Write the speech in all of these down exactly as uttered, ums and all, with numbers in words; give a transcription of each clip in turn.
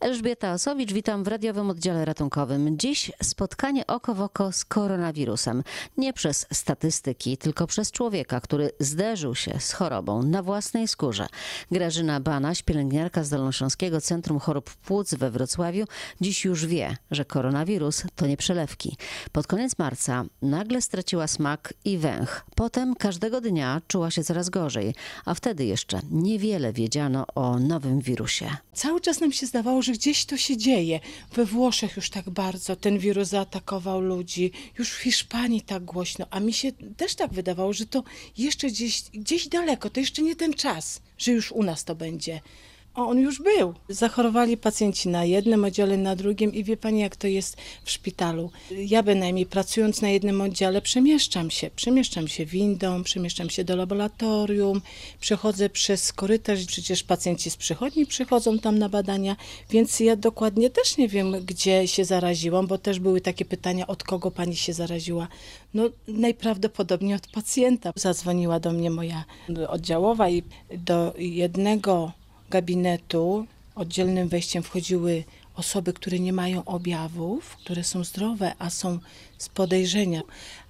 Elżbieta Osowicz, witam w radiowym oddziale ratunkowym. Dziś spotkanie oko w oko z koronawirusem. Nie przez statystyki, tylko przez człowieka, który zderzył się z chorobą na własnej skórze. Grażyna Banaś, pielęgniarka z Dolnośląskiego Centrum Chorób Płuc we Wrocławiu, dziś już wie, że koronawirus to nie przelewki. Pod koniec marca nagle straciła smak i węch. Potem każdego dnia czuła się coraz gorzej, a wtedy jeszcze niewiele wiedziano o nowym wirusie. Cały czas nam się zdawało, że gdzieś to się dzieje. We Włoszech już tak bardzo ten wirus zaatakował ludzi, już w Hiszpanii tak głośno, a mi się też tak wydawało, że to jeszcze gdzieś, gdzieś daleko, to jeszcze nie ten czas, że już u nas to będzie. O, on już był. Zachorowali pacjenci na jednym oddziale, na drugim i wie pani, jak to jest w szpitalu. Ja bynajmniej pracując na jednym oddziale przemieszczam się. Przemieszczam się windą, przemieszczam się do laboratorium, przechodzę przez korytarz, przecież pacjenci z przychodni przychodzą tam na badania, więc ja dokładnie też nie wiem, gdzie się zaraziłam, bo też były takie pytania, od kogo pani się zaraziła. No najprawdopodobniej od pacjenta. Zadzwoniła do mnie moja oddziałowa i do jednego gabinetu oddzielnym wejściem wchodziły osoby, które nie mają objawów, które są zdrowe, a są z podejrzenia.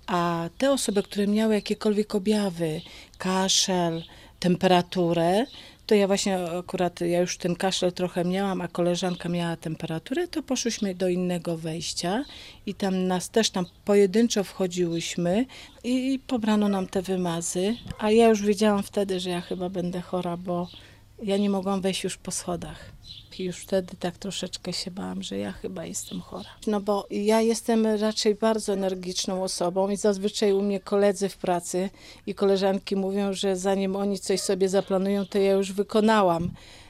A te osoby, które miały jakiekolwiek objawy, kaszel, temperaturę, to ja właśnie akurat, ja już ten kaszel trochę miałam, a koleżanka miała temperaturę, to poszłyśmy do innego wejścia i tam nas też tam pojedynczo wchodziłyśmy i pobrano nam te wymazy, a ja już wiedziałam wtedy, że ja chyba będę chora, bo ja nie mogłam wejść już po schodach. I już wtedy tak troszeczkę się bałam, że ja chyba jestem chora. No bo ja jestem raczej bardzo energiczną osobą i zazwyczaj u mnie koledzy w pracy i koleżanki mówią, że zanim oni coś sobie zaplanują, to ja już wykonałam.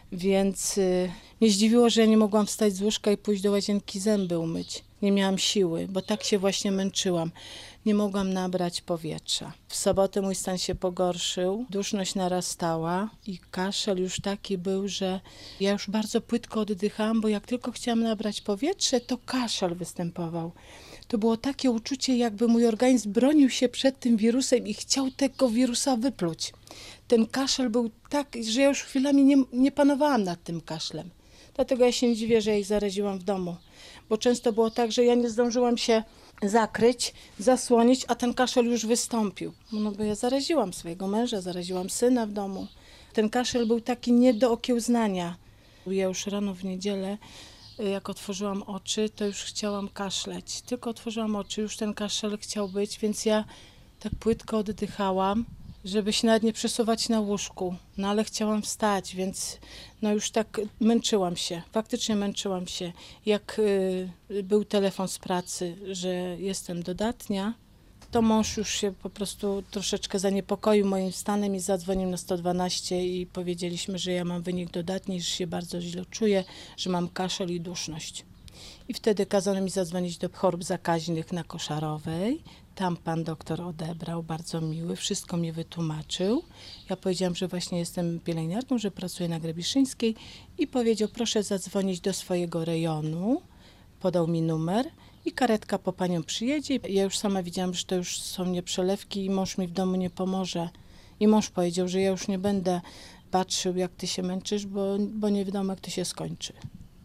Więc y, mnie zdziwiło, że ja nie mogłam wstać z łóżka i pójść do łazienki zęby umyć. Nie miałam siły, bo tak się właśnie męczyłam. Nie mogłam nabrać powietrza. W sobotę mój stan się pogorszył, duszność narastała i kaszel już taki był, że ja już bardzo płytko oddychałam, bo jak tylko chciałam nabrać powietrze, to kaszel występował. To było takie uczucie, jakby mój organizm bronił się przed tym wirusem i chciał tego wirusa wypluć. Ten kaszel był tak, że ja już chwilami nie, nie panowałam nad tym kaszlem. Dlatego ja się nie dziwię, że ja ich zaraziłam w domu. Bo często było tak, że ja nie zdążyłam się zakryć, zasłonić, a ten kaszel już wystąpił. No bo ja zaraziłam swojego męża, zaraziłam syna w domu. Ten kaszel był taki nie do okiełznania. Ja już rano w niedzielę, jak otworzyłam oczy, to już chciałam kaszleć. Tylko otworzyłam oczy, już ten kaszel chciał być, więc ja tak płytko oddychałam, żeby się nawet nie przesuwać na łóżku. No ale chciałam wstać, więc no już tak męczyłam się. Faktycznie męczyłam się. Jak y, był telefon z pracy, że jestem dodatnia, to mąż już się po prostu troszeczkę zaniepokoił moim stanem i zadzwonił na sto dwanaście i powiedzieliśmy, że ja mam wynik dodatni, że się bardzo źle czuję, że mam kaszel i duszność. I wtedy kazano mi zadzwonić do chorób zakaźnych na Koszarowej. Tam pan doktor odebrał, bardzo miły, wszystko mi wytłumaczył. Ja powiedziałam, że właśnie jestem pielęgniarką, że pracuję na Grabiszyńskiej i powiedział, proszę zadzwonić do swojego rejonu. Podał mi numer i karetka po panią przyjedzie. Ja już sama widziałam, że to już są nie przelewki i mąż mi w domu nie pomoże. I mąż powiedział, że ja już nie będę patrzył, jak ty się męczysz, bo, bo nie wiadomo, jak to się skończy.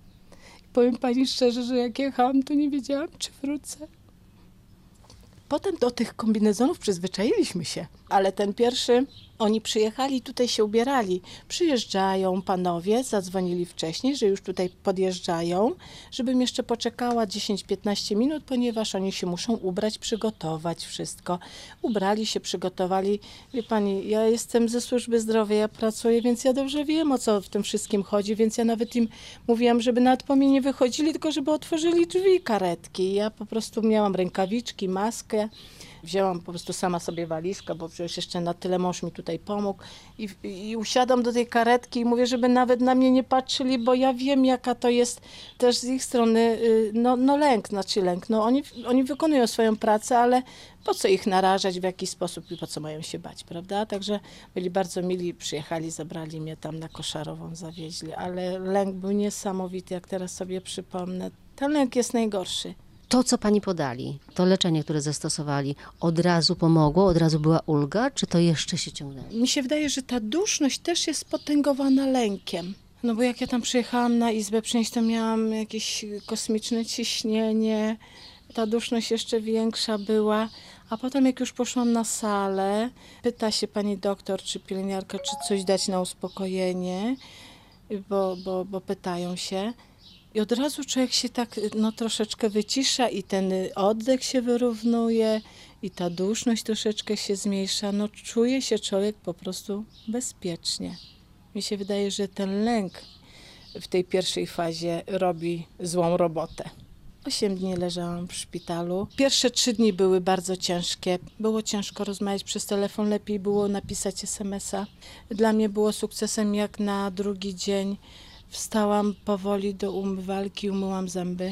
I powiem pani szczerze, że jak jechałam, to nie wiedziałam, czy wrócę. Potem do tych kombinezonów przyzwyczailiśmy się, ale ten pierwszy, oni przyjechali, tutaj się ubierali. Przyjeżdżają panowie, zadzwonili wcześniej, że już tutaj podjeżdżają, żebym jeszcze poczekała dziesięć piętnaście minut, ponieważ oni się muszą ubrać, przygotować wszystko. Ubrali się, przygotowali. Wie pani, ja jestem ze służby zdrowia, ja pracuję, więc ja dobrze wiem, o co w tym wszystkim chodzi, więc ja nawet im mówiłam, żeby nawet po mnie nie wychodzili, tylko żeby otworzyli drzwi karetki. Ja po prostu miałam rękawiczki, maskę. Wzięłam po prostu sama sobie walizkę, bo przecież jeszcze na tyle mąż mi tutaj pomógł i, i usiadam do tej karetki i mówię, żeby nawet na mnie nie patrzyli, bo ja wiem, jaka to jest też z ich strony no, no lęk, znaczy lęk. No oni, oni wykonują swoją pracę, ale po co ich narażać w jakiś sposób i po co mają się bać, prawda? Także byli bardzo mili, przyjechali, zabrali mnie tam na Koszarową, zawieźli, ale lęk był niesamowity, jak teraz sobie przypomnę. Ten lęk jest najgorszy. To, co pani podali, to leczenie, które zastosowali, od razu pomogło, od razu była ulga, czy to jeszcze się ciągnęło? Mi się wydaje, że ta duszność też jest potęgowana lękiem. No bo jak ja tam przyjechałam na izbę przynieść, to miałam jakieś kosmiczne ciśnienie, ta duszność jeszcze większa była. A potem jak już poszłam na salę, pyta się pani doktor czy pielęgniarka, czy coś dać na uspokojenie, bo, bo, bo pytają się. I od razu człowiek się tak no, troszeczkę wycisza i ten oddech się wyrównuje i ta duszność troszeczkę się zmniejsza. No czuje się człowiek po prostu bezpiecznie. Mi się wydaje, że ten lęk w tej pierwszej fazie robi złą robotę. Osiem dni leżałam w szpitalu. Pierwsze trzy dni były bardzo ciężkie. Było ciężko rozmawiać przez telefon, lepiej było napisać es em es a. Dla mnie było sukcesem, jak na drugi dzień wstałam powoli do umywalki, umyłam zęby,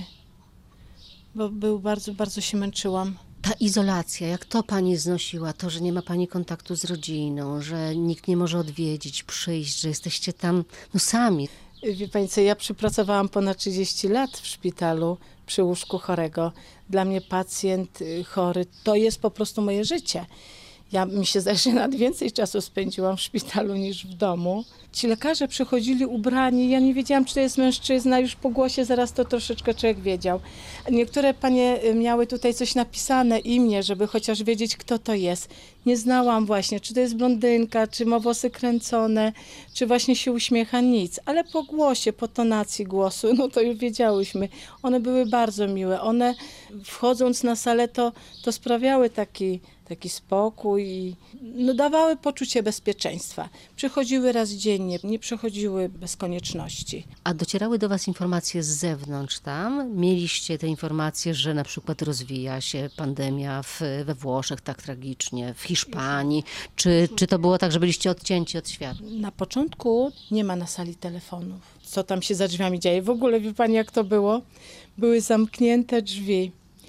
bo był bardzo, bardzo się męczyłam. Ta izolacja, jak to pani znosiła? To, że nie ma pani kontaktu z rodziną, że nikt nie może odwiedzić, przyjść, że jesteście tam no sami. Wie pani co, ja przypracowałam ponad trzydzieści lat w szpitalu przy łóżku chorego. Dla mnie pacjent chory to jest po prostu moje życie. Ja, mi się zdaje, że nawet więcej czasu spędziłam w szpitalu niż w domu. Ci lekarze przychodzili ubrani, ja nie wiedziałam, czy to jest mężczyzna, już po głosie zaraz to troszeczkę człowiek wiedział. Niektóre panie miały tutaj coś napisane, imię, żeby chociaż wiedzieć, kto to jest. Nie znałam właśnie, czy to jest blondynka, czy ma włosy kręcone, czy właśnie się uśmiecha, nic. Ale po głosie, po tonacji głosu, no to już wiedziałyśmy. One były bardzo miłe. One wchodząc na salę, to, to sprawiały taki... taki spokój i no, dawały poczucie bezpieczeństwa. Przychodziły raz dziennie, nie przychodziły bez konieczności. A docierały do was informacje z zewnątrz tam? Mieliście te informacje, że na przykład rozwija się pandemia w, we Włoszech tak tragicznie, w Hiszpanii? Czy, czy to było tak, że byliście odcięci od świata? Na początku nie ma na sali telefonów. Co tam się za drzwiami dzieje? W ogóle wie pani, jak to było? Były zamknięte drzwi.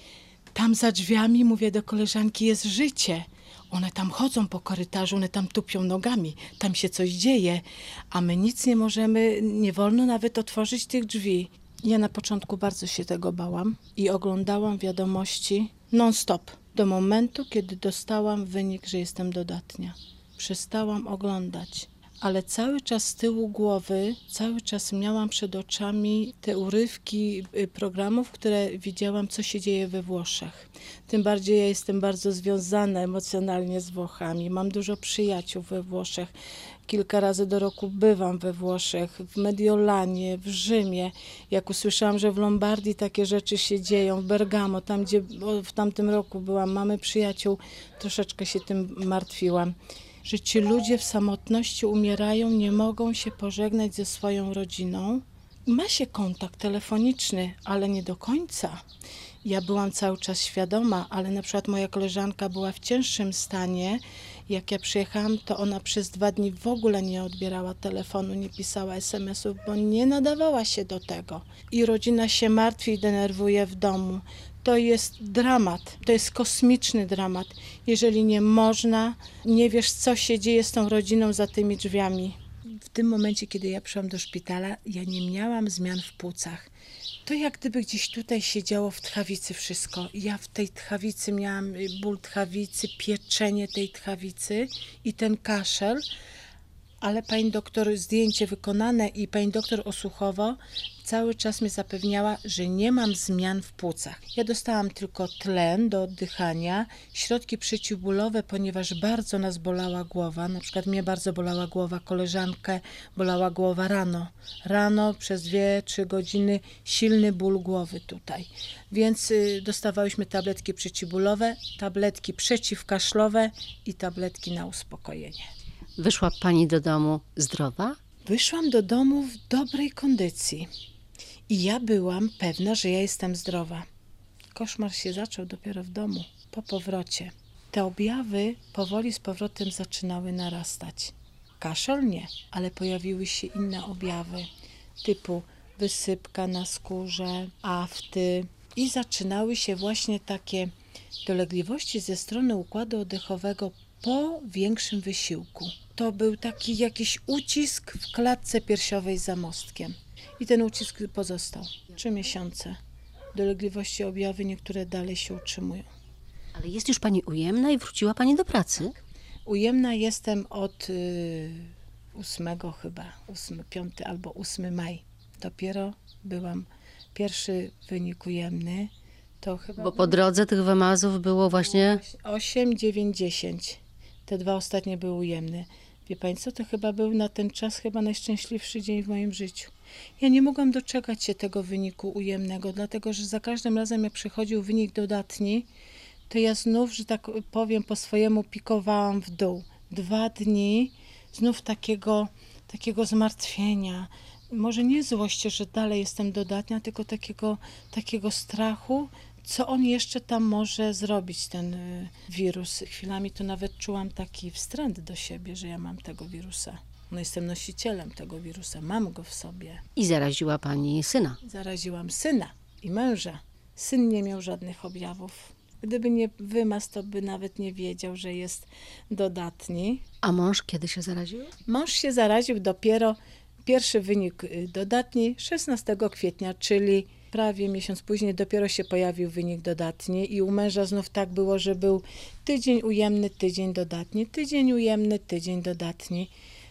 Tam za drzwiami, mówię do koleżanki, jest życie. One tam chodzą po korytarzu, one tam tupią nogami, tam się coś dzieje, a my nic nie możemy, nie wolno nawet otworzyć tych drzwi. Ja na początku bardzo się tego bałam i oglądałam wiadomości non-stop do momentu, kiedy dostałam wynik, że jestem dodatnia. Przestałam oglądać. Ale cały czas z tyłu głowy, cały czas miałam przed oczami te urywki programów, które widziałam, co się dzieje we Włoszech. Tym bardziej ja jestem bardzo związana emocjonalnie z Włochami. Mam dużo przyjaciół we Włoszech. Kilka razy do roku bywam we Włoszech, w Mediolanie, w Rzymie. Jak usłyszałam, że w Lombardii takie rzeczy się dzieją, w Bergamo, tam gdzie w tamtym roku byłam, mamy przyjaciół, troszeczkę się tym martwiłam. Że ci ludzie w samotności umierają, nie mogą się pożegnać ze swoją rodziną. Ma się kontakt telefoniczny, ale nie do końca. Ja byłam cały czas świadoma, ale na przykład moja koleżanka była w cięższym stanie. Jak ja przyjechałam, to ona przez dwa dni w ogóle nie odbierała telefonu, nie pisała es em esów, bo nie nadawała się do tego. I rodzina się martwi i denerwuje w domu. To jest dramat, to jest kosmiczny dramat. Jeżeli nie można, nie wiesz, co się dzieje z tą rodziną za tymi drzwiami. W tym momencie, kiedy ja przyszłam do szpitala, ja nie miałam zmian w płucach. To jak gdyby gdzieś tutaj się działo w tchawicy wszystko. Ja w tej tchawicy miałam ból tchawicy, pieczenie tej tchawicy i ten kaszel. Ale pani doktor, zdjęcie wykonane i pani doktor Osłuchowo cały czas mnie zapewniała, że nie mam zmian w płucach. Ja dostałam tylko tlen do oddychania, środki przeciwbólowe, ponieważ bardzo nas bolała głowa. Na przykład mnie bardzo bolała głowa, koleżankę bolała głowa rano. Rano przez dwie, trzy godziny silny ból głowy tutaj. Więc y, dostawałyśmy tabletki przeciwbólowe, tabletki przeciwkaszlowe i tabletki na uspokojenie. Wyszła pani do domu zdrowa? Wyszłam do domu w dobrej kondycji i ja byłam pewna, że ja jestem zdrowa. Koszmar się zaczął dopiero w domu, po powrocie. Te objawy powoli z powrotem zaczynały narastać. Kaszel nie, ale pojawiły się inne objawy, typu wysypka na skórze, afty i zaczynały się właśnie takie dolegliwości ze strony układu oddechowego po większym wysiłku. To był taki jakiś ucisk w klatce piersiowej za mostkiem. I ten ucisk pozostał. Trzy miesiące. Dolegliwości, objawy niektóre dalej się utrzymują. Ale jest już pani ujemna i wróciła pani do pracy? Ujemna jestem od y, ósmego chyba, ósmy, piąty albo ósmy maj. Dopiero byłam pierwszy wynik ujemny. To chyba Bo po drodze tych wymazów było właśnie... osiem, dziewięć, dziesięć. Te dwa ostatnie były ujemne. Wie pani co, to chyba był na ten czas chyba najszczęśliwszy dzień w moim życiu. Ja nie mogłam doczekać się tego wyniku ujemnego, dlatego że za każdym razem jak przychodził wynik dodatni, to ja znów, że tak powiem po swojemu, pikowałam w dół. Dwa dni znów takiego, takiego zmartwienia. Może nie złości, że dalej jestem dodatnia, tylko takiego, takiego strachu, co on jeszcze tam może zrobić, ten y, wirus. Chwilami to nawet czułam taki wstręt do siebie, że ja mam tego wirusa. No jestem nosicielem tego wirusa, mam go w sobie. I zaraziła pani syna. Zaraziłam syna i męża. Syn nie miał żadnych objawów. Gdyby nie wymaz, to by nawet nie wiedział, że jest dodatni. A mąż kiedy się zaraził? Mąż się zaraził dopiero, pierwszy wynik y, dodatni szesnastego kwietnia, czyli prawie miesiąc później dopiero się pojawił wynik dodatni i u męża znów tak było, że był tydzień ujemny, tydzień dodatni, tydzień ujemny, tydzień dodatni.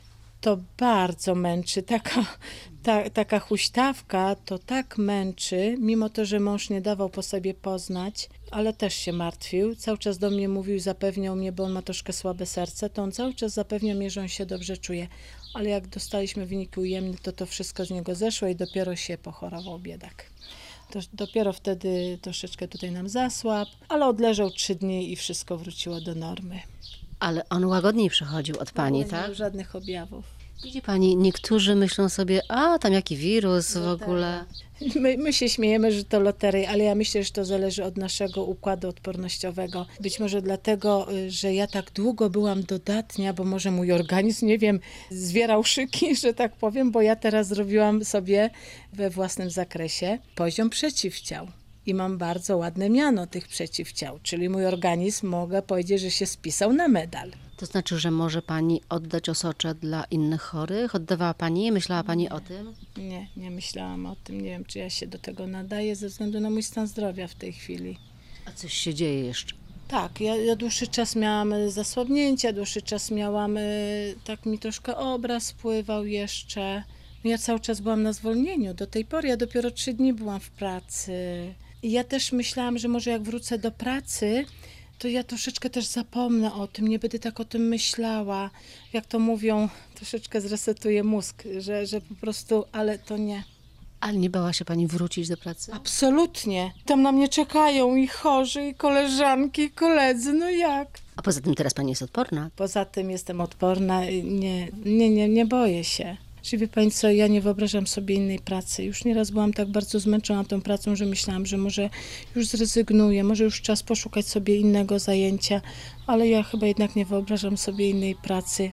To bardzo męczy, taka, ta, taka huśtawka to tak męczy, mimo to, że mąż nie dawał po sobie poznać, ale też się martwił. Cały czas do mnie mówił, zapewniał mnie, bo on ma troszkę słabe serce, to on cały czas zapewniał mnie, że on się dobrze czuje. Ale jak dostaliśmy wyniki ujemne, to to wszystko z niego zeszło i dopiero się pochorował biedak. To dopiero wtedy troszeczkę tutaj nam zasłabł, ale odleżał trzy dni i wszystko wróciło do normy. Ale on łagodniej przychodził od pani, Nie tak? miał żadnych objawów. Widzi pani, niektórzy myślą sobie, a tam jaki wirus w Loteria. ogóle. My, my się śmiejemy, że to loteria, ale ja myślę, że to zależy od naszego układu odpornościowego. Być może dlatego, y, że ja tak długo byłam dodatnia, bo może mój organizm, nie wiem, zwierał szyki, że tak powiem, bo ja teraz zrobiłam sobie we własnym zakresie poziom przeciwciał. I mam bardzo ładne miano tych przeciwciał, czyli mój organizm, mogę powiedzieć, że się spisał na medal. To znaczy, że może pani oddać osocze dla innych chorych? Oddawała pani? Myślała pani o tym? Nie, nie myślałam o tym, nie wiem, czy ja się do tego nadaję ze względu na mój stan zdrowia w tej chwili. A coś się dzieje jeszcze? Tak, ja, ja dłuższy czas miałam y, zasłabnięcia, dłuższy czas miałam, y, tak mi troszkę obraz pływał jeszcze. No ja cały czas byłam na zwolnieniu, do tej pory ja dopiero trzy dni byłam w pracy. I ja też myślałam, że może jak wrócę do pracy, to ja troszeczkę też zapomnę o tym, nie będę tak o tym myślała. Jak to mówią, troszeczkę zresetuję mózg, że, że po prostu, ale to nie. Ale nie bała się pani wrócić do pracy? Absolutnie. Tam na mnie czekają i chorzy, i koleżanki, i koledzy, no jak? A poza tym teraz pani jest odporna. Poza tym jestem odporna, i nie, nie, nie, nie boję się. Czyli wie pani co, ja nie wyobrażam sobie innej pracy. Już nieraz byłam tak bardzo zmęczona tą pracą, że myślałam, że może już zrezygnuję, może już czas poszukać sobie innego zajęcia, ale ja chyba jednak nie wyobrażam sobie innej pracy.